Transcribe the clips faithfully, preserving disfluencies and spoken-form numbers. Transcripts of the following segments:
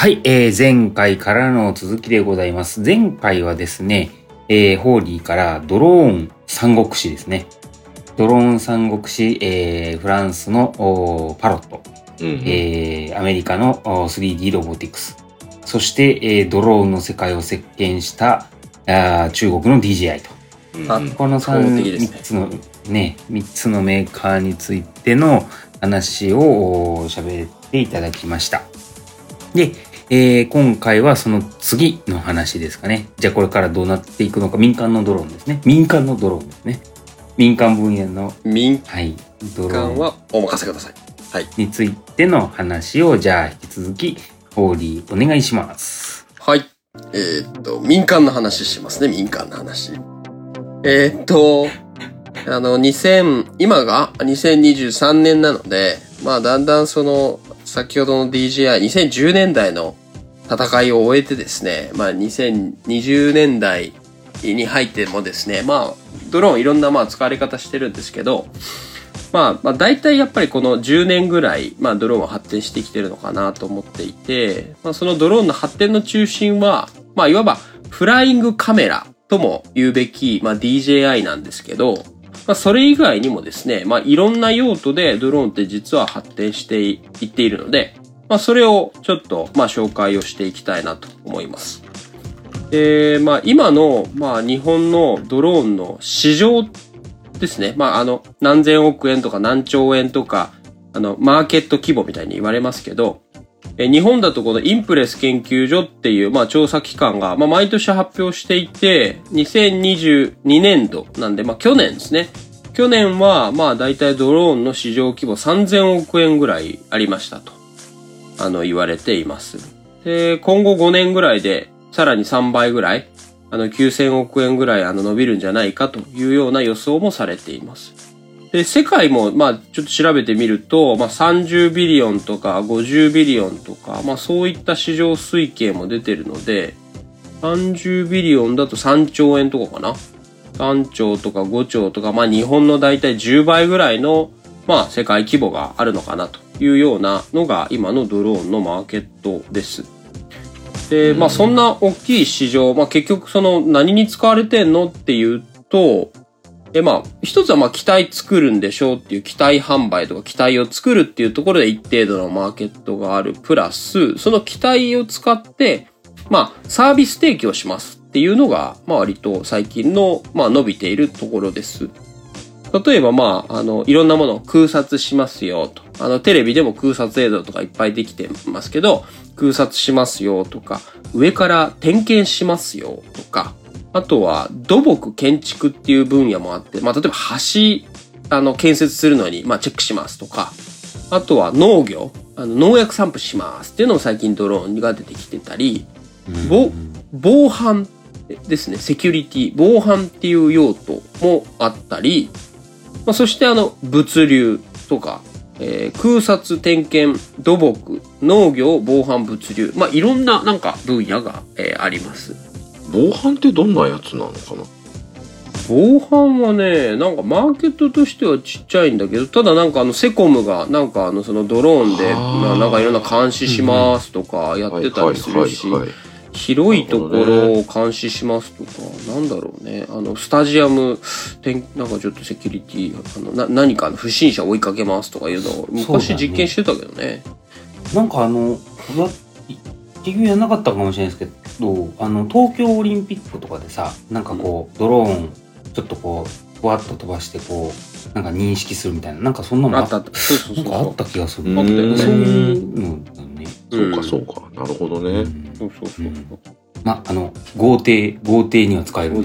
はい、えー、前回からの続きでございます。前回はですね、えー、ホーリーからドローン三国志ですね。ドローン三国志、えー、フランスのパロット、うんうん、えー、アメリカの スリーディー ロボティクス、そして、えー、ドローンの世界を席巻したあ中国の ディージェーアイ と。うん、この 3, ね、みっつのね、みっつのメーカーについての話を喋っていただきました。で、えー、今回はその次の話ですかね。じゃあこれからどうなっていくのか。民間のドローンですね。民間のドローンですね。民間分野の民間はお任せください。はい。 についての話をじゃあ引き続きホーリーお願いします。 はい。えー、っと民間の話しますね。民間の話。えー、っとあのにせん今がにせんにじゅうさんねんなので、まあだんだんその先ほどの ディージェーアイにせんじゅうねんだいの戦いを終えてですね、まあにせんにじゅうねんだいに入ってもですね、まあドローンいろんなまあ使われ方してるんですけど、まあまあ大体やっぱりこのじゅうねんぐらい、まあドローンは発展してきてるのかなと思っていて、まあそのドローンの発展の中心は、まあいわばフライングカメラとも言うべき、まあ ディージェーアイ なんですけど、まあそれ以外にもですね、まあいろんな用途でドローンって実は発展していっているので、まあそれをちょっとまあ紹介をしていきたいなと思います。で、まあ今のまあ日本のドローンの市場ですね。まああの何千億円とか何兆円とかあのマーケット規模みたいに言われますけど、え日本だとこのインプレス研究所っていうまあ調査機関がまあ毎年発表していて、にせんにじゅうにねんどなんでまあ去年ですね。去年はまあ大体ドローンの市場規模さんぜんおくえんぐらいありましたとあの言われています。で、今後ごねんぐらいでさらにさんばいぐらいあのきゅうせんおくえんぐらいあの伸びるんじゃないかというような予想もされています。で、世界もまあちょっと調べてみると、まあさんじゅうビリオンとかごじゅうビリオンとか、まあそういった市場推計も出てるので、さんじゅうビリオンだとさんちょうえんとかかな。さんちょうとかごちょうとか、まあ日本のだいたいじゅうばいぐらいのまあ世界規模があるのかなというようなのが今のドローンのマーケットです。で、まあそんな大きい市場、まあ結局その何に使われてんのっていうと、で、まあ、一つはまあ機体作るんでしょうっていう機体販売とか機体を作るっていうところで一定度のマーケットがある。プラス、その機体を使って、まあ、サービス提供しますっていうのが、まあ割と最近の、まあ伸びているところです。例えばまあ、あの、いろんなものを空撮しますよと。あの、テレビでも空撮映像とかいっぱいできてますけど、空撮しますよとか、上から点検しますよとか、あとは土木建築っていう分野もあって、まあ例えば橋、あの、建設するのに、まあチェックしますとか、あとは農業、あの、農薬散布しますっていうのも最近ドローンが出てきてたり、防、防犯ですね、セキュリティ、防犯っていう用途もあったり、まあ、そしてあの、物流とか、えー、空撮、点検、土木、農業、防犯、物流、まあいろんななんか分野が、えー、あります。 防犯ってどんなやつなのかな？ 防犯はね、なんかマーケットとしてはちっちゃいんだけど、ただなんかあのセコムがなんかあのそのドローンでまあなんかいろんな監視しますとかやってたりするし、広いところを監視しますとか、なんだろうね、あのスタジアムなんかちょっとセキュリティあのな何かの不審者追いかけますとかいうのを昔実験してたけどね。 なんかあの結局やらなかったかもしれないですけど、あの東京オリンピックとかでさ、なんかこう、うん、ドローンちょっとこうふわっと飛ばしてこうなんか認識するみたいな、なんかそんなのあった、なんかあった気がする。 あったよね。 そういうのだね。 そうかそうか、なるほどね。うん、 そうそうそう。うん、 まあの豪邸豪邸には使える。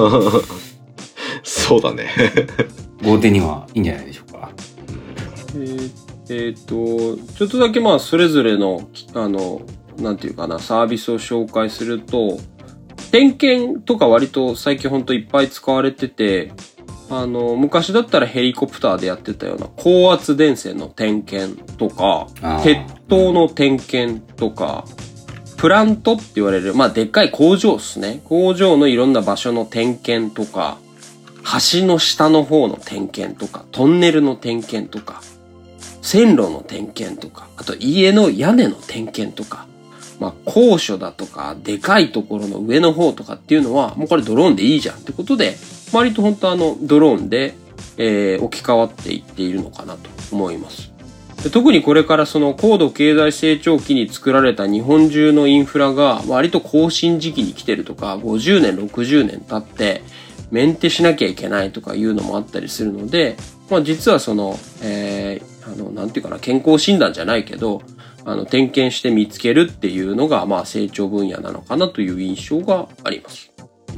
そうだね。 豪邸にはいいんじゃないでしょうか。 えー、えー、とちょっとだけまあそれぞれのあのなんていうかな、サービスを紹介すると、点検とか割と最近ほんといっぱい使われてて、あの、昔だったらヘリコプターでやってたような高圧電線の点検とか、鉄塔の点検とか、プラントって言われる、まあでっかい工場ですね。工場のいろんな場所の点検とか、橋の下の方の点検とか、トンネルの点検とか、線路の点検とか、あと家の屋根の点検とか、 まあ、高所だとか、でかいところの上の方とかっていうのは、もうこれドローンでいいじゃんってことで、割と本当あの、ドローンで、えー、置き換わっていっているのかなと思います。で特にこれからその高度経済成長期に作られた日本中のインフラが割と更新時期に来てるとか、ごじゅうねん、ろくじゅうねん経って、メンテしなきゃいけないとかいうのもあったりするので、まあ実はその、えー、あの、なんていうかな、健康診断じゃないけど、あの、点検して見つけるっていうのが、まあ成長分野なのかなという印象があります。 うん。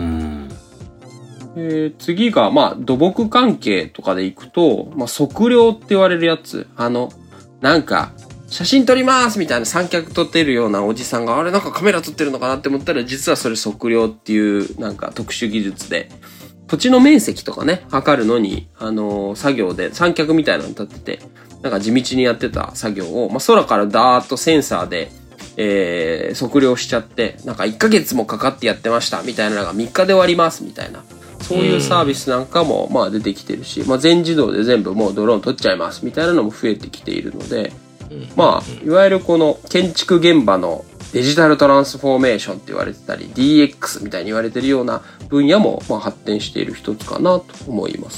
えー、次が、まあ土木関係とかでいくと、まあ測量って言われるやつ、あの、なんか、写真撮りますみたいな三脚撮ってるようなおじさんが、あれなんかカメラ撮ってるのかなって思ったら、実はそれ測量っていうなんか特殊技術で、土地の面積とかね、測るのに、あのー、作業で三脚みたいなの立ってて、なんか地道にやってた作業を、まあ、空からダーッとセンサーで、えー、測量しちゃって、なんかいっかげつもかかってやってましたみたいなのがみっかで終わりますみたいな、そういうサービスなんかもまあ出てきてるし、まあ、全自動で全部もうドローン撮っちゃいますみたいなのも増えてきているので、まあ、いわゆるこの建築現場のデジタルトランスフォーメーションって言われてたり ディーエックス みたいに言われてるような分野もまあ発展している一つかなと思います。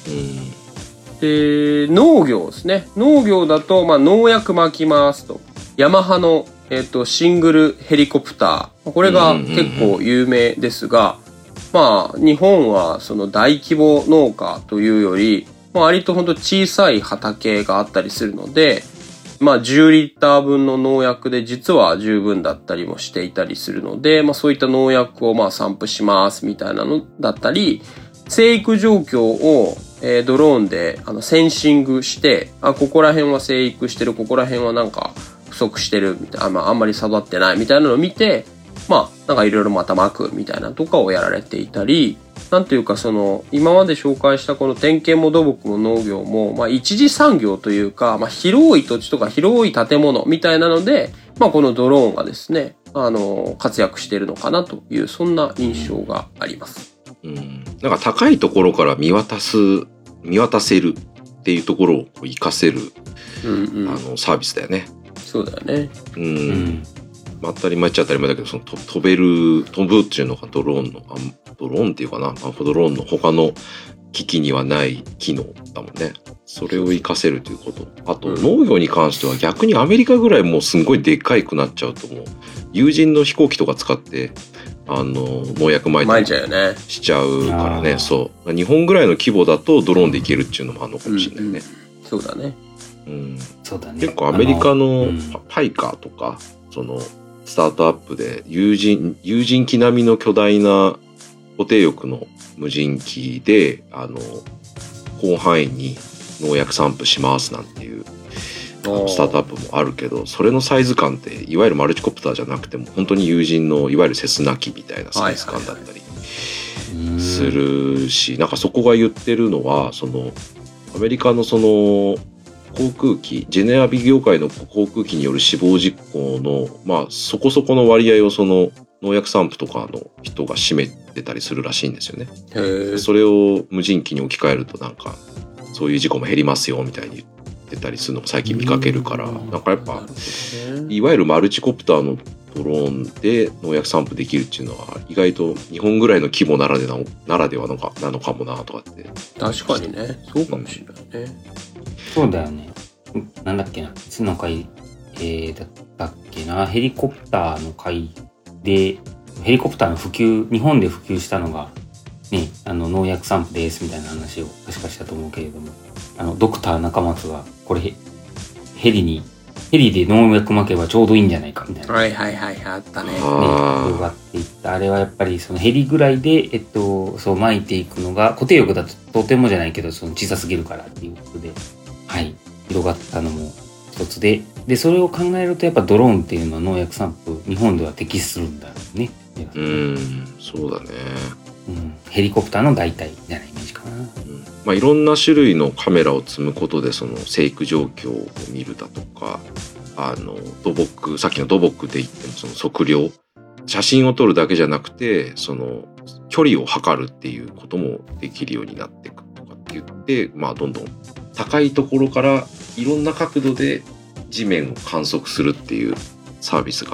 で、農業ですね。農業だとまあ農薬巻きますと、ヤマハの、えーと、シングルヘリコプター、これが結構有名ですが、まあ日本はその大規模農家というより、まあ、割とほんと小さい畑があったりするので、まあじゅうリッター分の農薬で実は十分だったりもしていたりするので、まあそういった農薬をまあ散布しますみたいなのだったり、生育状況を、えー、ドローンであのセンシングして、あ、ここら辺は生育してる、ここら辺はなんか不足してるみたいな、あ、まあ、あんまり育ってないみたいなのを見て、まあなんかいろいろまた巻くみたいなとかをやられていたり、なんていうかその今まで紹介したこの点検も土木も農業もまあ一次産業というか、まあ広い土地とか広い建物みたいなので、まあこのドローンがですね、あの活躍しているのかなというそんな印象があります。 うん、なんか高いところから見渡す見渡せるっていうところを活かせる、うんうん、あのサービスだよね。 そうだよね。 うん。うんまあ、当たり前っちゃ当たり前だけど、そのと飛べる飛ぶっていうのがドローンのあドローンっていうかな、あドローンの他の機器にはない機能だもんね。それを活かせるということ。あと、うん、農業に関しては逆にアメリカぐらいもうすんごいでっかいくなっちゃうともう有人の飛行機とか使ってあの農薬撒いたりしちゃうからね。そう日本ぐらいの規模だとドローンでいけるっていうのもあるのかもしれないね。 うん、そうだね。 うん、 そうだね。 結構アメリカのパイカーとか、うん、そのスタートアップで有人有人機並みの巨大な固定翼の無人機であの広範囲に農薬散布しますなんていうあのスタートアップもあるけど、それのサイズ感っていわゆるマルチコプターじゃなくても本当に有人のいわゆるセスナ機みたいなサイズ感だったりするし、なんかそこが言ってるのはそのアメリカのその航空機ジェネアビ業界の航空機による死亡事故のまあそこそこの割合をその農薬散布とかの人が占めてたりするらしいんですよね。へそれを無人機に置き換えるとなんかそういう事故も減りますよみたいに言ってたりするのも最近見かけるから、なんかやっぱいわゆるマルチコプターのドローンで農薬散布できるっていうのは意外と日本ぐらいの規模ならでのならではのかなのかもなとかって。 確かにね、そうかもしれないね。 そうだよね。なんだっけな、いつの回、えー、だったっけな、ヘリコプターの回で、ヘリコプターの普及、日本で普及したのが、ね、あの、農薬散布ですみたいな話を確かしたと思うけれども、あの、ドクター中松が、これ、ヘリに、ヘリで農薬撒けばちょうどいいんじゃないかみたいな。 はいはいはい、あったね。ね、 広がっていった。あれはやっぱりそのヘリぐらいで、えっと、そう撒いていくのが、固定翼だととてもじゃないけど、その小さすぎるからっていうことで、はい、広がったのも一つで、で、それを考えるとやっぱドローンっていうのは農薬散布、日本では適するんだろうね。 うん、そうだね。 うん、ヘリコプターの代替みたいなイメージかな。うん、 まあ、いろんな種類のカメラを積むことでその生育状況を見るだとか、あの土木、さっきの土木で言ってもその測量、写真を撮るだけじゃなくてその距離を測るっていうこともできるようになっていくとかって言って、まあ、どんどん高いところからいろんな角度で地面を観測するっていうサービスが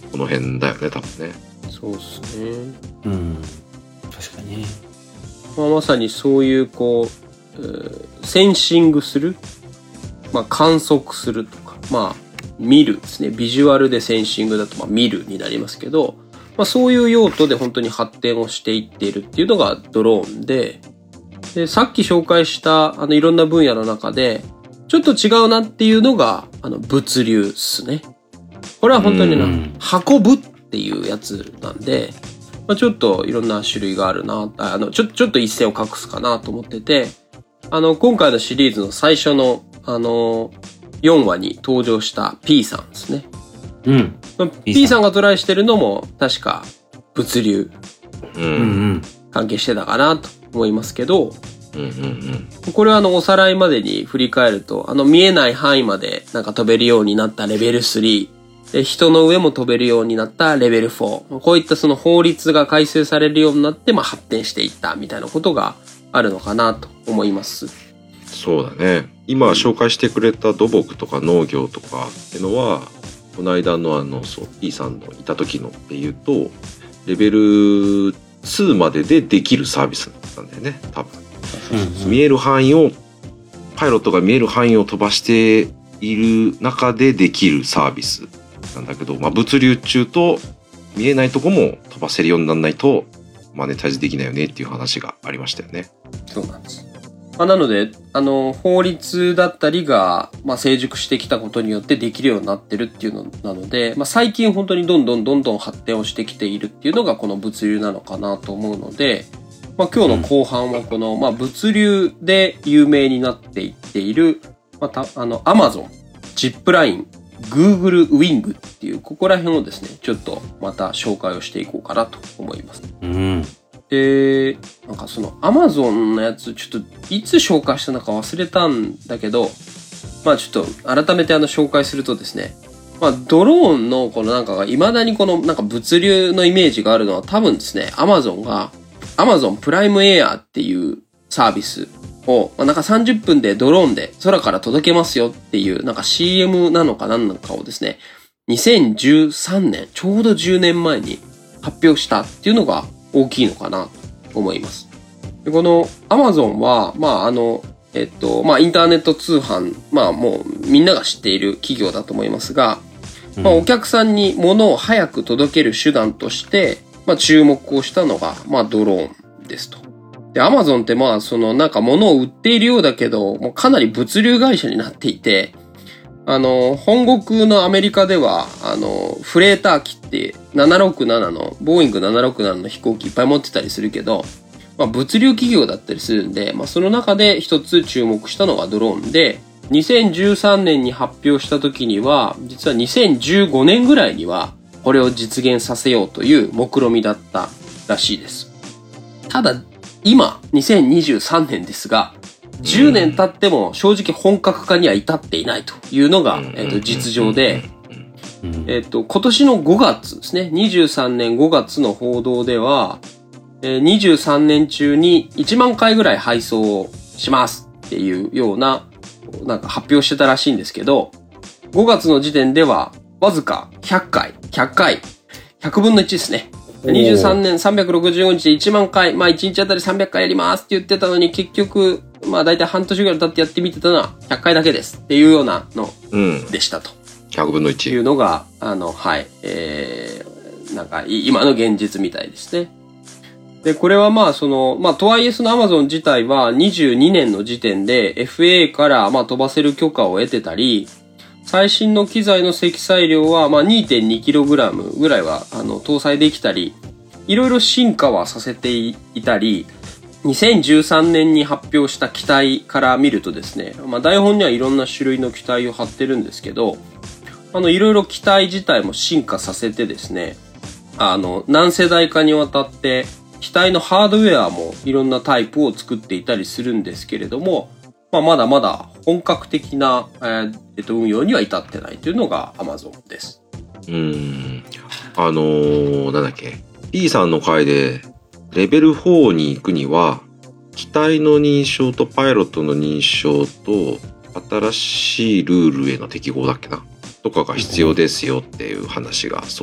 この辺だよね多分ね。 そうですね。 うん。確かにね。 まあ、まさにそういうこう、えー、センシングする、まあ、観測するとか、まあ見るですね。ビジュアルでセンシングだとまあ見るになりますけど、まあ、そういう用途で本当に発展をしていっているっていうのがドローンで、でさっき紹介したあのいろんな分野の中でちょっと違うなっていうのがあの物流ですね。これは本当にな運ぶっていうやつなんで、まあ、ちょっといろんな種類があるな、あのちょちょっと一線を画すかなと思ってて、あの今回のシリーズの最初のあのよんわに登場した P さんですね。 うん。 P さんがトライしてるのも確か物流うん関係してたかなと思いますけど、 うんうんうん、 これはあのおさらいまでに振り返ると、あの見えない範囲までなんか飛べるようになったレベルスリーで、人の上も飛べるようになったレベルフォー、こういったその法律が改正されるようになってまあ発展していったみたいなことがあるのかなと思います。 そうだね。今紹介してくれた土木とか農業とかっていうのは、この間のあのそう P さんのいた時のっていうとレベルにまででできるサービスなんだよね多分、うんうん、見える範囲をパイロットが見える範囲を飛ばしている中でできるサービスなんだけど、まあ、物流中と見えないとこも飛ばせるようにならないとマネタイズできないよねっていう話がありましたよね。 そうなんです。まあ、なので、あの、法律だったりが、まあ、成熟してきたことによってできるようになってるっていうのなので、まあ、最近本当にどんどんどんどん発展をしてきているっていうのがこの物流なのかなと思うので、まあ、今日の後半はこの、まあ、物流で有名になっていっている、また、あの、Amazon、ジップライン、Google Wing っていう、ここら辺をですね、ちょっとまた紹介をしていこうかなと思います。 うん。 で、なんかその Amazon のやつちょっといつ紹介したのか忘れたんだけど、まあちょっと改めてあの紹介するとですね、まあドローンのこのなんかが未だにこのなんか物流のイメージがあるのは多分ですね、Amazon が Amazon プライムエアっていうサービスを、まあ、なんかさんじゅっぷんでドローンで空から届けますよっていうなんか シーエム なのか何なのかをですね、にせんじゅうさんねん、ちょうどじゅうねんまえに発表したっていうのが大きいのかなと思います。でこの Amazon は、まああの、えっと、まあインターネット通販、まあもうみんなが知っている企業だと思いますが、まあお客さんに物を早く届ける手段として、まあ注目をしたのが、まあドローンですと。で、Amazon ってまあそのなんか物を売っているようだけど、もうかなり物流会社になっていて、あの、本国のアメリカでは、あの、フレーター機ってななろくななの、ボーイングななろくななの飛行機いっぱい持ってたりするけど、まあ物流企業だったりするんで、まあその中で一つ注目したのがドローンで、にせんじゅうさんねんに発表した時には、実はにせんじゅうごねんぐらいには、これを実現させようという目論見だったらしいです。ただ、今、にせんにじゅうさんねんですが、じゅうねん経っても正直本格化には至っていないというのが、えっと、実情で、えっと、今年のごがつですね、にじゅうさんねんごがつの報道では、にじゅうさんねん中にいちまんかいぐらい配送をしますっていうような、なんか発表してたらしいんですけど、ごがつの時点ではわずかひゃっかい、ひゃっかい、ひゃくぶんのいちですね。にじゅうさんねんさんびゃくろくじゅうごにちでいちまんかい、まあいちにちあたりさんびゃっかいやりますって言ってたのに結局、まあ大体半年ぐらい経ってやってみてたのはひゃっかいだけですっていうようなのでしたと。 ひゃくぶんのいち。 いうのが、あの、はい、えー、なんか今の現実みたいですね。で、これはまあその、まあとはいえその Amazon 自体はにじゅうにねんの時点で エフエー からまあ飛ばせる許可を得てたり、最新の機材の積載量はまあ にてんにキログラム ぐらいはあの搭載できたり、いろいろ進化はさせていたり、にせんじゅうさんねんに発表した機体から見るとですね、まあ台本にはいろんな種類の機体を貼ってるんですけど、あのいろいろ機体自体も進化させてですね、あの何世代かにわたって機体のハードウェアもいろんなタイプを作っていたりするんですけれども、まあ、まだまだ本格的な、えーえっと、運用には至ってないというのが Amazon です。 うーん。あのー、なんだっけ。P さんの回で、レベルフォーに行くには、機体の認証とパイロットの認証と、新しいルールへの適合だっけなとかが必要ですよっていう話が、そう、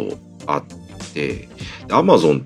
あって、アマゾンって、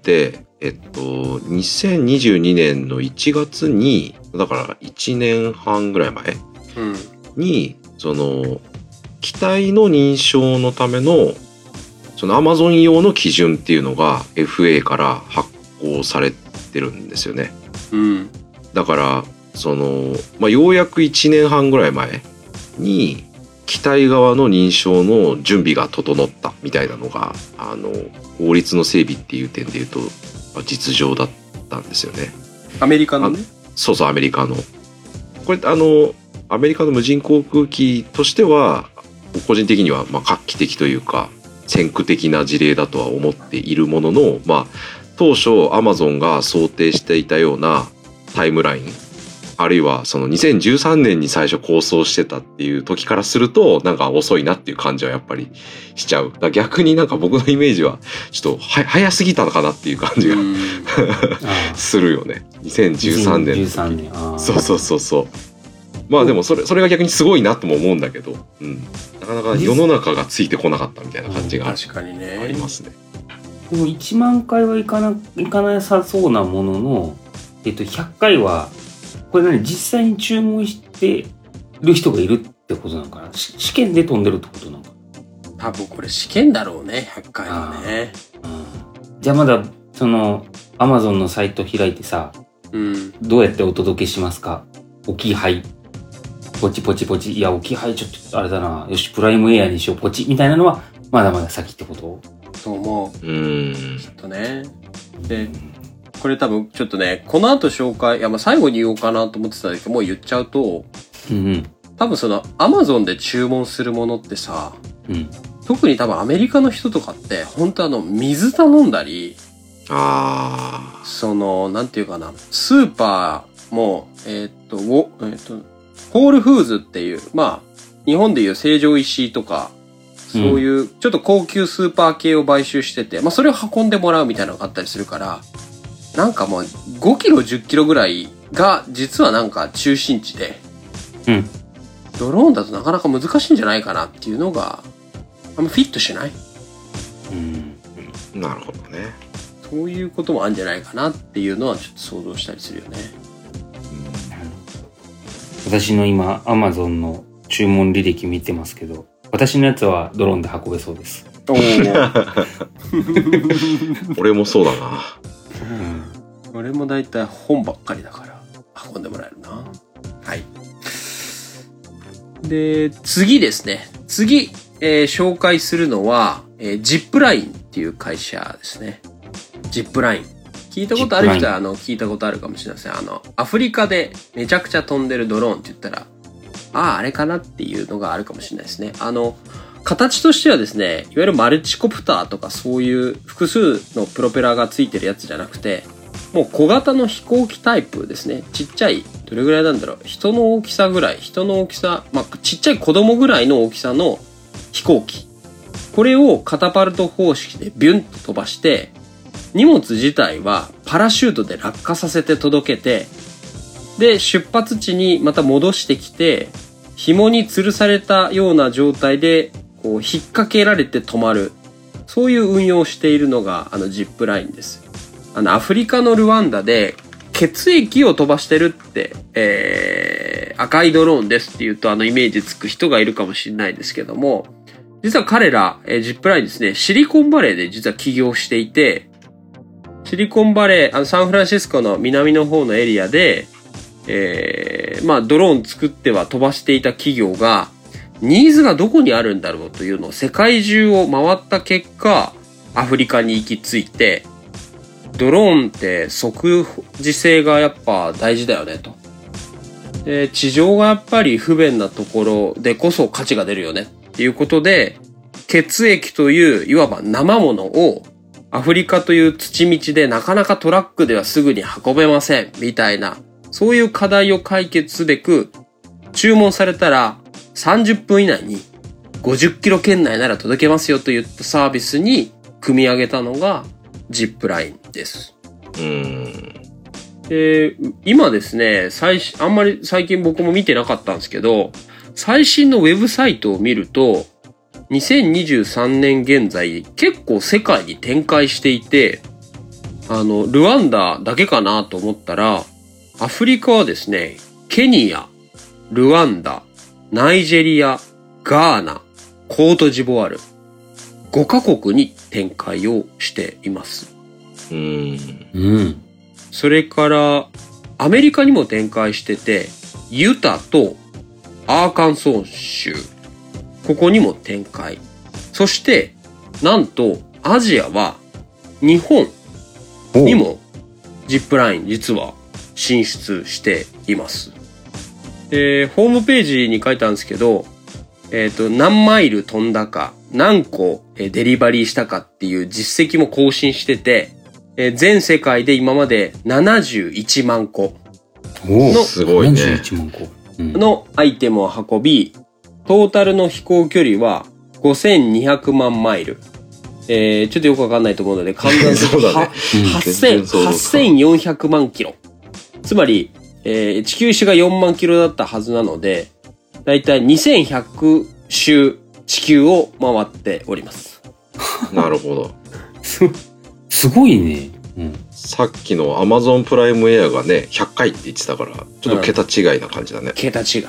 えっと、にせんにじゅうにねんのいちがつに、だからいちねんはんぐらい前に、うん、その、機体の認証のための、そのアマゾン用の基準っていうのが エフエー から発行されてるんですよね。 うん。 だから、その、まあ、ようやくいちねんはんぐらい前に、機体側の認証の準備が整ったみたいなのが、あの、法律の整備っていう点で言うと、実情だったんですよね。 アメリカのね。 そうそう、アメリカの。これ、あの、アメリカの無人航空機としては、個人的には、まあ、画期的というか、先駆的な事例だとは思っているものの、まあ、当初、アマゾンが想定していたようなタイムライン、あるいはそのにせんじゅうさんねんに最初構想してたっていう時からするとなんか遅いなっていう感じはやっぱりしちゃう。だから逆になんか僕のイメージはちょっとは早すぎたのかなっていう感じがするよね。にせんじゅうさんねんの時。にせんじゅうさんねん。あそうそうそうそう。まあでもそれそれが逆にすごいなとも思うんだけど、うん、なかなか世の中がついてこなかったみたいな感じがありますね。 でもいちまんかいはいかな、いかなさそうなものの、えっと、ひゃっかいはこれ何実際に注文してる人がいるってことなのかな。試験で飛んでるってことなのかな。多分これ試験だろうね、ひゃっかいはね。 じゃあまだその Amazon のサイト開いてさ、うん、どうやってお届けしますか。置き配ポチポチポチ、いや置き配ちょっとあれだな、よしプライムエアにしようポチみたいなのはまだまだ先ってこと。 そう思う。 うーん。 きっとね。で。これ多分ちょっとね、この後紹介、いやまあ最後に言おうかなと思ってたんだけど、もう言っちゃうと、うんうん、多分その Amazon で注文するものってさ、うん、特に多分アメリカの人とかって、本当あの、水頼んだり、 あその、なんていうかな、スーパーも、えー、っと、えー、っと、ホールフーズっていう、まあ、日本でいう成城石井とか、そういうちょっと高級スーパー系を買収してて、まあそれを運んでもらうみたいなのがあったりするから、なんかもうごキロじゅっキロぐらいが実はなんか中心地で、うん、ドローンだとなかなか難しいんじゃないかなっていうのがあんまフィットしない。 うん、なるほどね。 そういうこともあるんじゃないかなっていうのはちょっと想像したりするよね。 うん、私の今 Amazon の注文履歴見てますけど、私のやつはドローンで運べそうです。お俺もそうだな。 うん、俺もだいたい本ばっかりだから運んでもらえるな。はい。で、次ですね。次、えー、紹介するのは、えー、ジップラインっていう会社ですね。ジップライン。聞いたことある人はあの聞いたことあるかもしれません。あの、アフリカでめちゃくちゃ飛んでるドローンって言ったら、ああ、あれかなっていうのがあるかもしれないですね。あの、形としてはですね、いわゆるマルチコプターとかそういう複数のプロペラがついてるやつじゃなくて、もう小型の飛行機タイプですね。ちっちゃい、どれぐらいなんだろう。人の大きさぐらい、人の大きさ、まあ、ちっちゃい子供ぐらいの大きさの飛行機。これをカタパルト方式でビュンと飛ばして、荷物自体はパラシュートで落下させて届けて、で、出発地にまた戻してきて、紐に吊るされたような状態で、こう、引っ掛けられて止まる。そういう運用をしているのが、あの、ジップラインです。あの、アフリカのルワンダで、血液を飛ばしてるって、えー、赤いドローンですって言うと、あの、イメージつく人がいるかもしれないですけども、実は彼ら、えー、ジップラインですね、シリコンバレーで実は起業していて、シリコンバレー、あの、サンフランシスコの南の方のエリアで、えー、まあドローン作っては飛ばしていた企業がニーズがどこにあるんだろうというのを世界中を回った結果アフリカに行き着いて、ドローンって即時性がやっぱ大事だよねと。で、地上がやっぱり不便なところでこそ価値が出るよねっていうことで、血液といういわば生ものをアフリカという土道でなかなかトラックではすぐに運べませんみたいな、そういう課題を解決すべく、注文されたらさんじゅっぷん以内にごじゅっキロ圏内なら届けますよといったサービスに組み上げたのがジップラインです。 うーん。 で、今ですね、最新、あんまり最近僕も見てなかったんですけど、最新のウェブサイトを見ると、 にせんにじゅうさんねん現在結構世界に展開していて、あの、ルワンダだけかなと思ったら、アフリカはですね、ケニア、ルワンダ、ナイジェリア、ガーナ、コートジボワール、ごカ国に展開をしています。 うーん。 うん。 それから、アメリカにも展開してて、ユタとアーカンソー州、ここにも展開。そして、なんと、アジアは、日本にもジップライン実は進出しています。で、ホームページに書いてあるんですけど、えっと、何マイル飛んだか、何個デリバリーしたかっていう実績も更新してて、全世界で今までななじゅういちまんこの、 すごいね。 ななじゅういちまんこ。うん、 のアイテムを運び、トータルの飛行距離はごせんにひゃくまんマイル。えー、ちょっとよくわかんないと思うので、換算すると、ね、はっせんよんひゃくまんキロ。つまり、えー、地球一周がよんまんキロだったはずなので、だいたいにせんひゃく周地球を回っております。 なるほど。 す、すごいね。うん、 さっきの Amazon プライムエアがね、ひゃっかいって言ってたから、ちょっと桁違いな感じだね。 うん、桁違い。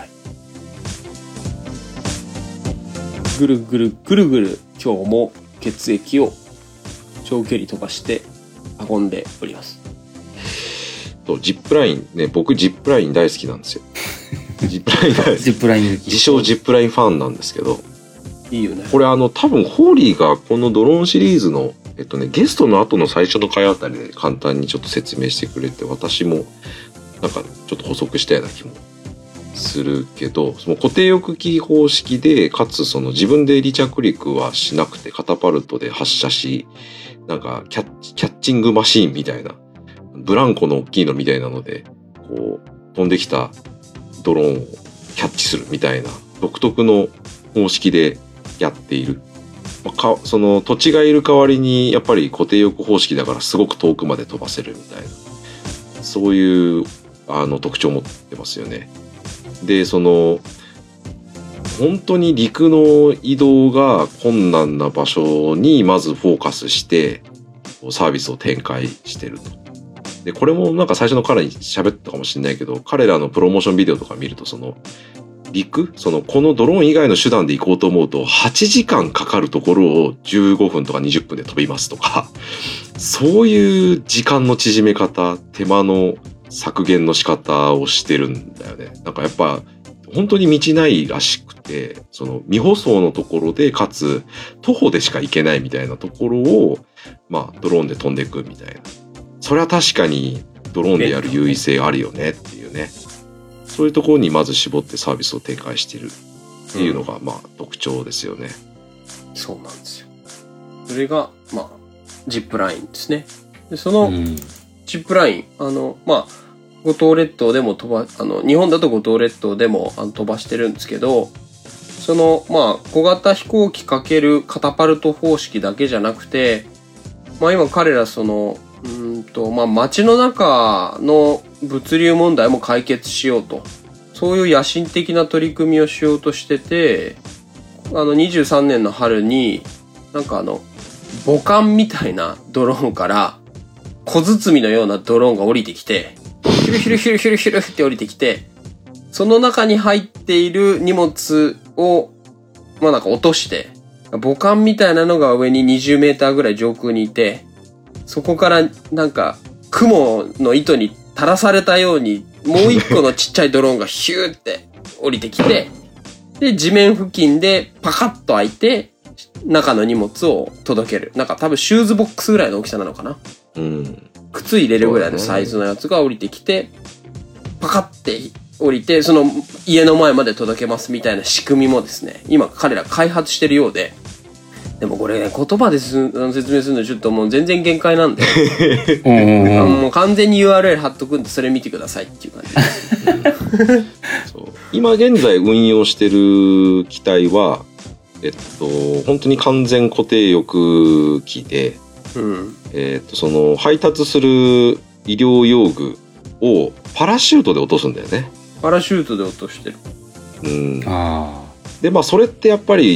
ぐるぐるぐるぐる今日も血液を長距離飛ばして運んでおります。 とジップラインね、僕ジップライン大好きなんですよ。ジップライン大好き。 ジップライン好き。 自称ジップラインファンなんですけど、 いいよね。 これあの多分ホーリーがこのドローンシリーズのえっとねゲストの後の最初の回あたりで簡単にちょっと説明してくれて、私もなんかちょっと補足したような気もするけど、その固定翼機方式で、かつその自分で離着陸はしなくてカタパルトで発射し、なんかキャッチ、キャッチングマシーンみたいな、ブランコの大きいのみたいなのでこう飛んできたドローンをキャッチするみたいな独特の方式でやっている。まあ、かその土地がいる代わりにやっぱり固定翼方式だからすごく遠くまで飛ばせるみたいな、そういうあの特徴を持ってますよね。でその本当に陸の移動が困難な場所にまずフォーカスしてサービスを展開してると。でこれもなんか最初の彼に喋ったかもしれないけど、彼らのプロモーションビデオとか見ると、その陸そのこのドローン以外の手段で行こうと思うとはちじかんかかるところをじゅうごふんとかにじゅっぷんで飛びますとか、そういう時間の縮め方、手間の削減の仕方をしてるんだよね。なんかやっぱ本当に道ないらしくて、その未舗装のところでかつ徒歩でしか行けないみたいなところをまあドローンで飛んでいくみたいな。それは確かにドローンでやる優位性あるよねっていうね。そういうところにまず絞ってサービスを展開しているっていうのがまあ特徴ですよね。 うん、そうなんですよ。それがまあジップラインですね。でそのジップライン、あのまあ五島列島でも飛ばあの日本だと五島列島でもあの飛ばしてるんですけど、そのまあ小型飛行機×カタパルト方式だけじゃなくて、まあ今彼らそのうんとまあ街の中の物流問題も解決しようと、そういう野心的な取り組みをしようとしてて、あのにじゅうさんねんの春になんかあの母艦みたいなドローンから小包のようなドローンが降りてきて、ヒュルヒュルヒュルヒュルヒュルって降りてきて、その中に入っている荷物をまあなんか落として、母艦みたいなのが上ににじゅうメーターぐらい上空にいて、そこからなんか雲の糸に垂らされたようにもう一個のちっちゃいドローンがヒューって降りてきて、で地面付近でパカッと開いて中の荷物を届ける。なんか多分シューズボックスぐらいの大きさなのかな。 うん。 靴入れるぐらいのサイズのやつが降りてきて、パカッて降りてその家の前まで届けますみたいな仕組みもですね、今彼ら開発してるようで。でもこれ、ね、言葉で説明するのちょっともう全然限界なんでもう完全に ユーアールエル 貼っとくんでそれ見てくださいっていう感じですそう今現在運用してる機体はえっと本当に完全固定翼機で、うんえっとその配達する医療用具をパラシュートで落とすんだよね。 パラシュートで落としてる。 うん。あでまあそれってやっぱり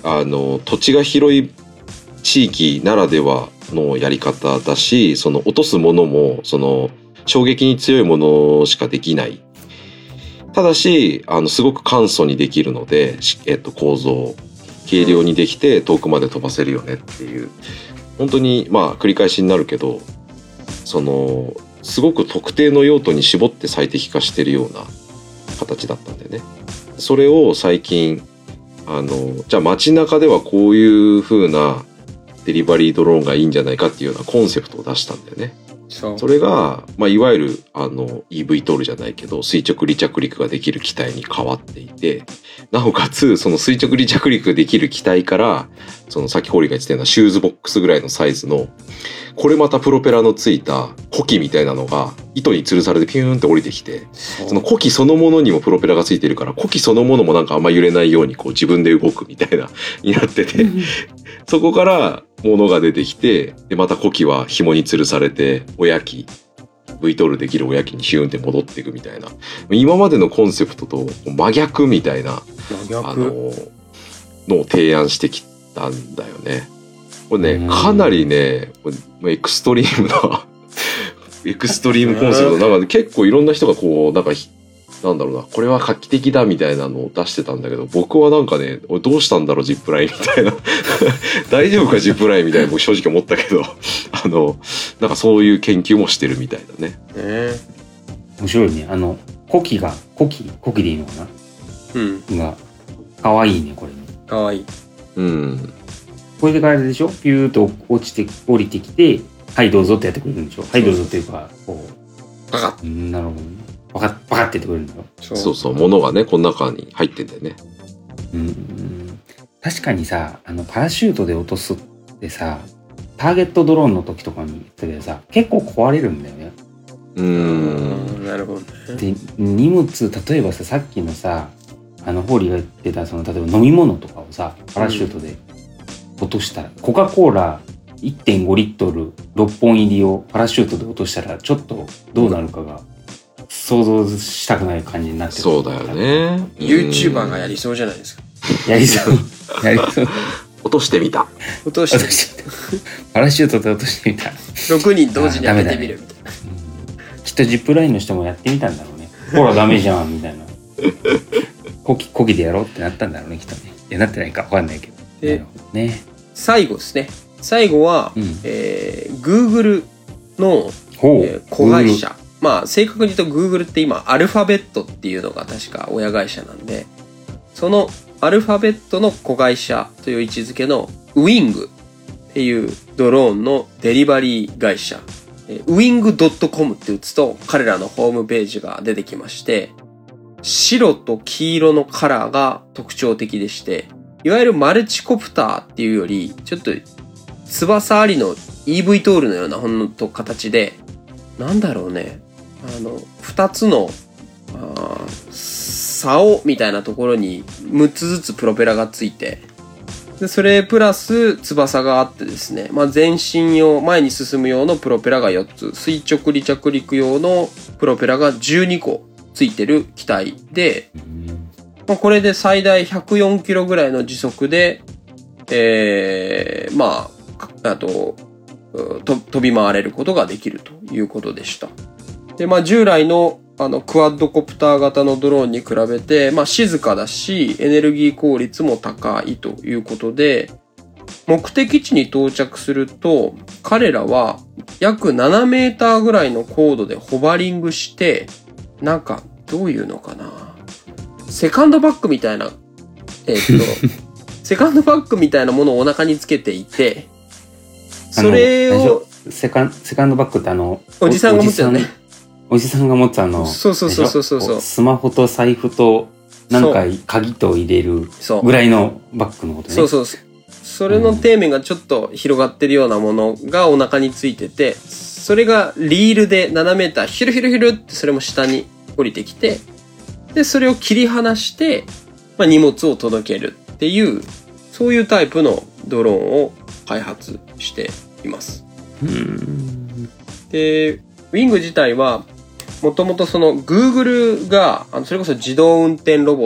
あの土地が広い地域ならではのやり方だし、その落とすものもその衝撃に強いものしかできない。ただしあのすごく簡素にできるので、えっと、構造軽量にできて遠くまで飛ばせるよねっていう、本当にまあ繰り返しになるけど、そのすごく特定の用途に絞って最適化してるような形だったんだよね。それを最近あのじゃあ街中ではこういう風なデリバリードローンがいいんじゃないかっていうようなコンセプトを出したんだよね。 そう。 それが、まあ、いわゆるあの イーブイ トールじゃないけど垂直離着陸ができる機体に変わっていて、なおかつその垂直離着陸できる機体からそのさっきホーリーが言ってたようなシューズボックスぐらいのサイズのこれまたプロペラのついたコキみたいなのが糸に吊るされてピューンって降りてきて、そのコキそのものにもプロペラがついてるからコキそのものもなんかあんま揺れないようにこう自分で動くみたいなになっててそこから物が出てきて、でまたコキは紐に吊るされて親機 ブイ トールできる親機にヒューンって戻っていくみたいな、今までのコンセプトと真逆みたいな真逆あののを提案してきたんだよね。これねかなりねエクストリームなエクストリームコンセプトなんか結構いろんな人がこうなんかなんだろうな、これは画期的だみたいなのを出してたんだけど、僕はなんかね、俺どうしたんだろうジップラインみたいな大丈夫かジップラインみたいな僕正直思ったけどあのなんかそういう研究もしてるみたいだね。 え面白いね。あのコキがコキコキでいいのかな、 うんが可愛いね。これねかわいい。 うんこれであれでしょ、ピューっと落ちて降りてきてはいどうぞってやってくれるんでしょ。はいどうぞっていうかこうパカッ。 うんなるほどね。パカッパカッってやってくれるんだよ。 そうそうそう、物がねこの中に入ってんだよね。 うん確かにさ、あのパラシュートで落とすってさ、ターゲットドローンの時とかに言ったけどさ、結構壊れるんだよね。 うーんなるほどね。 で荷物、例えばさ、さっきのさあのホーリーが言ってたその例えば飲み物とかをさパラシュートで落としたら、うん、コカ・コーラ いってんご リットルろっぽん入りをパラシュートで落としたらちょっとどうなるかが想像したくない感じになってる。 そうだよね。 YouTuber がやりそうじゃないですか。 やりそうやりそう落としてみた落としてパラシュートで落としてみた。 ろくにん同時に開けてみるみたいな、ね、 うん、きっとジップラインの人もやってみたんだろうね。ほらダメじゃんみたいなコキコキでやろうってなったんだろうね、きっとね。いやなってないか分かんないけど。 でなるほどね。 最後ですね。最後は、うん、えー、Google の、えー、子会社。まあ正確に言うと Google って今アルファベットっていうのが確か親会社なんで、そのアルファベットの子会社という位置づけの Wing っていうドローンのデリバリー会社、ウィングドットコム って打つと彼らのホームページが出てきまして、白と黄色のカラーが特徴的でして、いわゆるマルチコプターっていうよりちょっと翼ありの イーブイ トールのようなほんと形で、なんだろうね、あのふたつのあ竿みたいなところにむっつずつプロペラがついて、でそれプラス翼があってですね、まあ、前進用前に進む用のプロペラがよっつ、垂直離着陸用のプロペラがじゅうにこついてる機体で、まあ、これで最大ひゃくよんキロぐらいの時速で、えー、まああとと飛び回れることができるということでした。で、まあ、従来のあのクワッドコプター型のドローンに比べて、まあ、静かだしエネルギー効率も高いということで、目的地に到着すると彼らは約ななメーターぐらいの高度でホバリングして、なんかどういうのかな、セカンドバッグみたいなえー、っとセカンドバッグみたいなものをお腹につけていて、それをセカンセカンドバッグってあのおじさんが持つよね。 おじさんが持つあの、 そうそうそうそうそうそう、 スマホと財布となんか鍵と入れるぐらいのバッグのことね。 そうそうそう。それの底面がちょっと広がってるようなものがお腹についてて、それがリールでななメーターヒュルヒュルヒュルってそれも下に降りてきて、でそれを切り離して、まあ、荷物を届けるっていう、そういうタイプのドローンを開発しています。 うーんで、ウィング自体はもともとその Google があのそれこそ自動運転ロボッ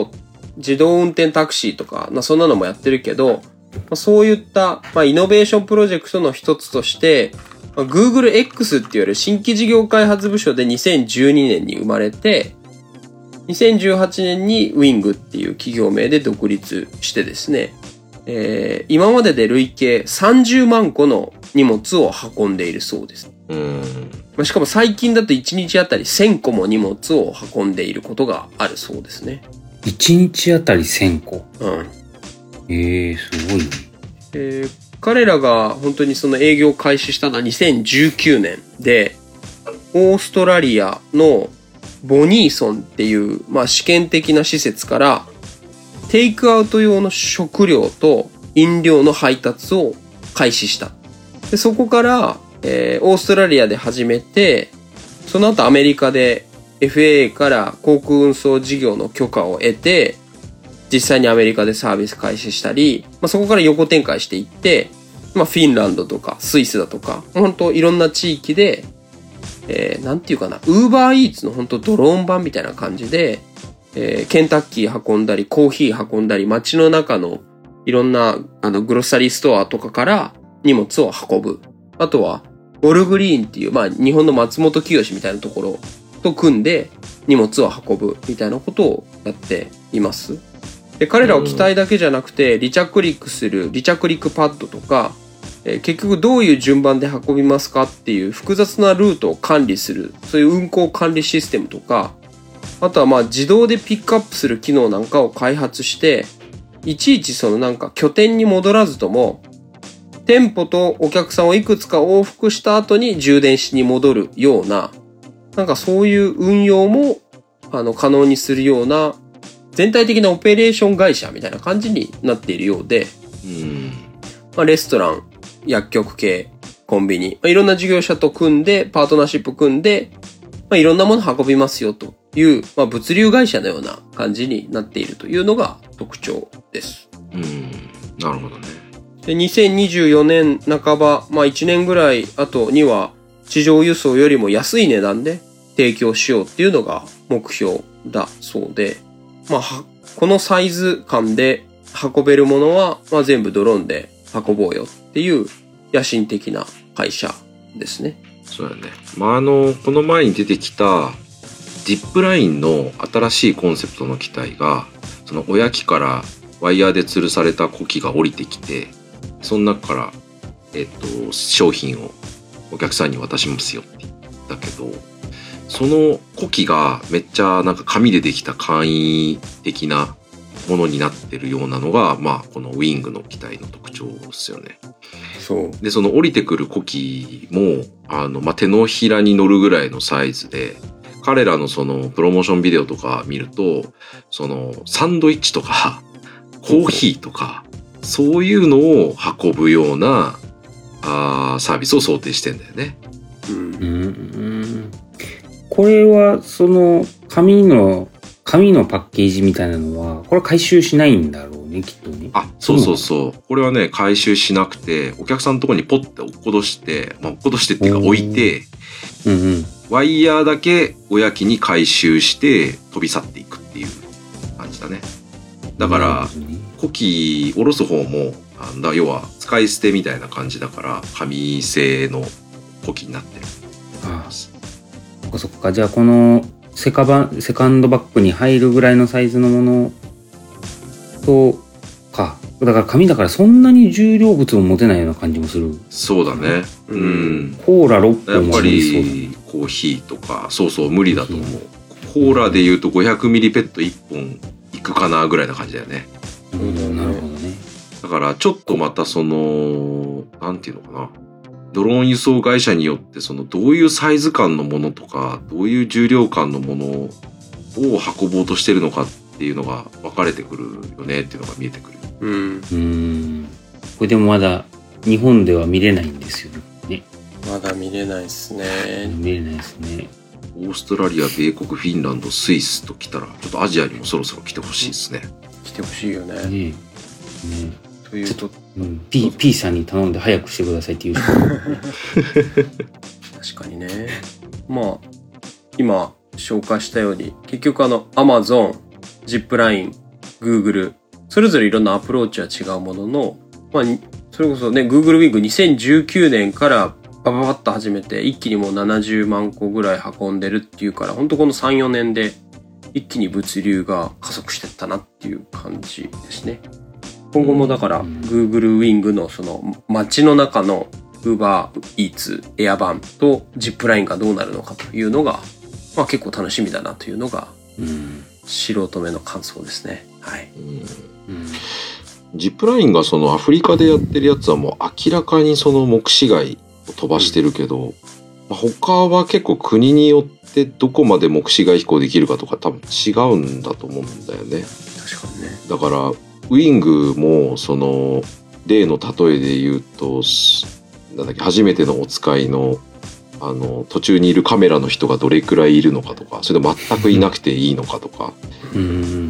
自動運転タクシーとか、まあそんなのもやってるけど、まあ、そういった、まあ、イノベーションプロジェクトの一つとして、まあ、Google X って言われる新規事業開発部署でにせんじゅうにねんに生まれて、にせんじゅうはちねんに Wing っていう企業名で独立してですね、えー、今までで累計さんじゅうまんこの荷物を運んでいるそうです。 うん。 まあ、しかも最近だといちにちあたりせんこも荷物を運んでいることがあるそうですね。 いちにちあたりせんこ。 うん。 ええー、すごいね。 えー、彼らが本当にその営業を開始したのはにせんじゅうきゅうねんで、オーストラリアのボニーソンっていう、まあ、試験的な施設からテイクアウト用の食料と飲料の配達を開始した。でそこから、えー、オーストラリアで始めて、その後アメリカで エフエーエー から航空運送事業の許可を得て、実際にアメリカでサービス開始したり、まあ、そこから横展開していって、まあ、フィンランドとかスイスだとか、本当いろんな地域で、えー、なんていうかな、ウーバーイーツの本当ドローン版みたいな感じで、えー、ケンタッキー運んだり、コーヒー運んだり、街の中のいろんなあのグロッサリーストアとかから荷物を運ぶ。あとは、ゴルグリーンっていう、まあ日本の松本清みたいなところと組んで荷物を運ぶみたいなことをやっています。で彼らは機体だけじゃなくて、離着陸する離着陸パッドとか、えー、結局どういう順番で運びますかっていう複雑なルートを管理する、そういう運行管理システムとか、あとはまあ自動でピックアップする機能なんかを開発して、いちいちそのなんか拠点に戻らずとも、店舗とお客さんをいくつか往復した後に充電しに戻るような、なんかそういう運用もあの可能にするような全体的なオペレーション会社みたいな感じになっているようで、 うんまあ、レストラン、薬局系、コンビニ、まあ、いろんな事業者と組んで、パートナーシップ組んで、まあ、いろんなもの運びますよという、まあ、物流会社のような感じになっているというのが特徴です。 うん、なるほどね。 で、にせんにじゅうよねん半ば、まあいちねんぐらい後には、地上輸送よりも安い値段で提供しようっていうのが目標だそうで、まあ、このサイズ感で運べるものは、まあ、全部ドローンで運ぼうよっていう野心的な会社ですね。 そうだね。まあ、あの、この前に出てきたジップラインの新しいコンセプトの機体が、その親機からワイヤーで吊るされた子機が降りてきて、その中から、えっと、商品をお客さんに渡しますよって言ったけど、その子機がめっちゃなんか紙でできた簡易的なものになってるようなのが、まあこのウィングの機体の特徴ですよね。 そう。 で、その降りてくる子機も、あの、まあ、手のひらに乗るぐらいのサイズで、彼らのそのプロモーションビデオとか見ると、そのサンドイッチとかコーヒーとか、そういうのを運ぶようなあーサービスを想定してんだよね。 うん。 うん。これはその紙の紙のパッケージみたいなのはこれ回収しないんだろうね、きっとね。 あ、そうそうそう。これはね、回収しなくて、お客さんのところにポッて落っことして、まあ、落っことしてっていうか置いて、 うんうん、 ワイヤーだけ親機に回収して飛び去っていくっていう感じだね。だから、子機下ろす方も、あんだ要は使い捨てみたいな感じだから、紙製の子機になってる。 ああ、そっかそっか。じゃあこのセカバセカンドバッグに入るぐらいのサイズのものとか、だから紙だからそんなに重量物を持てないような感じもする。 そうだね。うん。うん、 コーラろっぽんもやっぱりコーヒーとか、そうそう無理だと思う。コーラで言うと ごひゃくミリ ペットいっぽんいくかなぐらいな感じだよね。 うん、なるほどね。 だからちょっとまたそのなんていうのかな。ドローン輸送会社によってそのどういうサイズ感のものとかどういう重量感のものを運ぼうとしてるのかっていうのが分かれてくるよねっていうのが見えてくる。 うん。 うーん。これでもまだ日本では見れないんですよね。 まだ見れないですね。 見れないですね。 オーストラリア、米国、フィンランド、スイスと来たらちょっとアジアにもそろそろ来てほしいですね。 来てほしいよね。 ねえ。ねというと、 うん、P, P さんに頼んで早くしてくださいっていう。 確かにね。まあ今紹介したように結局あの Amazon、ジップライン、 Google。それぞれいろんなアプローチは違うものの、まあ、それこそね、Google Wing にせんじゅうきゅうねんからバババッと始めて、一気にもうななじゅうまんこぐらい運んでるっていうから、本当このさん、よねんで一気に物流が加速してったなっていう感じですね。今後もだから、Google Wing のその街の中の Uber Eats、Airban と Zipline がどうなるのかというのが、まあ結構楽しみだなというのが、うん、素人目の感想ですね。はい。 うんうん、ジップラインがそのアフリカでやってるやつはもう明らかにその目視外を飛ばしてるけど、うん、まあ、他は結構国によってどこまで目視外飛行できるかとか多分違うんだと思うんだよね。 確かにね。 だからウィングもその例の例えで言うと、なんだっけ、初めてのお使いのあの途中にいるカメラの人がどれくらいいるのかとか、それで全くいなくていいのかとか、うん、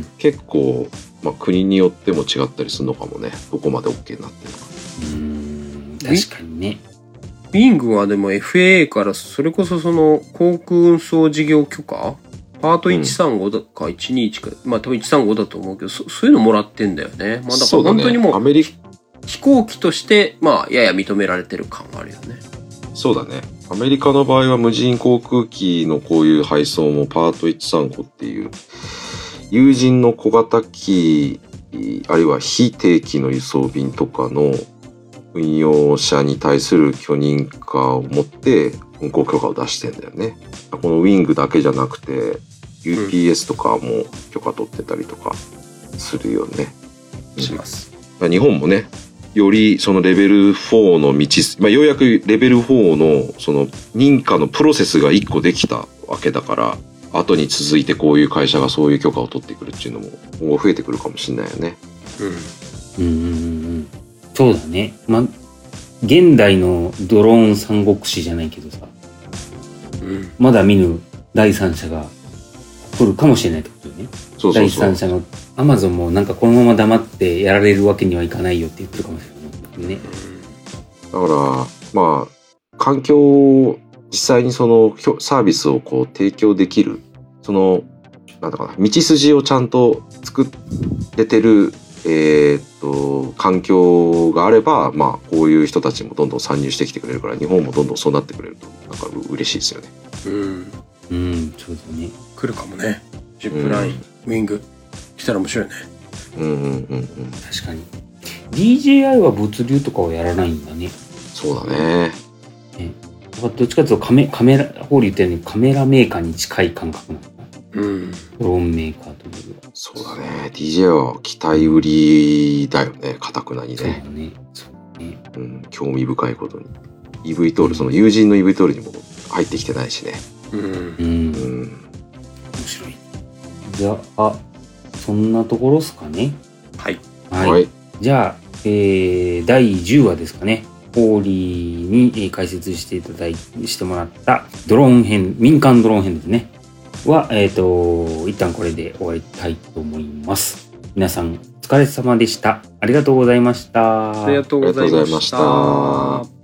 結構、まあ、国によっても違ったりするのかもね。どこまで OK になってるのか。 うん確かにね。 ウィングはでも エフエーエー からそれこそその航空運送事業許可パートいちさんごだかいちにいちか、まあ多分いちさんごだと思うけど、そそういうのもらってんだよね。まあだから本当にもう、 アメリカ飛行機としてまあやや認められてる感があるよね。 そうだね。アメリカの場合は無人航空機のこういう配送もパートいちさんごっていう有人の小型機あるいは非定期の輸送便とかの運用者に対する許認可を持って運航許可を出してんだよね。このウィングだけじゃなくて ユーピーエス とかも許可取ってたりとかするよね。 します。 日本もね、よりそのレベルよんの道、まあ、ようやくレベルよんのその認可のプロセスがいっこできたわけだから、後に続いてこういう会社がそういう許可を取ってくるっていうのも今後増えてくるかもしれないよね。 うん。うんうんうん。そうだね。ま、現代のドローン三国志じゃないけどさ、うん、まだ見ぬ第三者が来るかもしれないってことよね。 そうそうそう。 第三者のアマゾンもなんかこのまま黙ってやられるわけにはいかないよって言ってるかもしれないね。 だからまあ環境を実際にそのサービスをこう提供できるそのなんだかな道筋をちゃんと作れてるえー、っと環境があれば、まあこういう人たちもどんどん参入してきてくれるから、日本もどんどんそうなってくれるとなんか嬉しいですよね。 うんうんそうだね。 来るかもね。ジップライン、うん、ウィング来たら面白いね。 うんうんうんうん。 確かに ディージェーアイ は物流とかはやらないんだね。 そうだね。 ねどっちかというとカメカメラホーリー言ったようにカメラメーカーに近い感覚なのかな。うん、ドローンメーカーというか。 そうだね。ディージェーアイ は期待売りだよね。固くなにね。 そうだね。そうね。 うん、興味深いことに イーブイ トール、その友人の イーブイ トールにも入ってきてないしね。うん。うん。うん、面白い。じゃあそんなところですかね。 はい。 はい。はい、じゃあ、えー、だいじゅうわですかね。ホーリーに解説していただいしてもらったドローン編、民間ドローン編ですね。は、えっと、一旦これで終わりたいと思います。皆さん、お疲れ様でした。ありがとうございました。 ありがとうございました。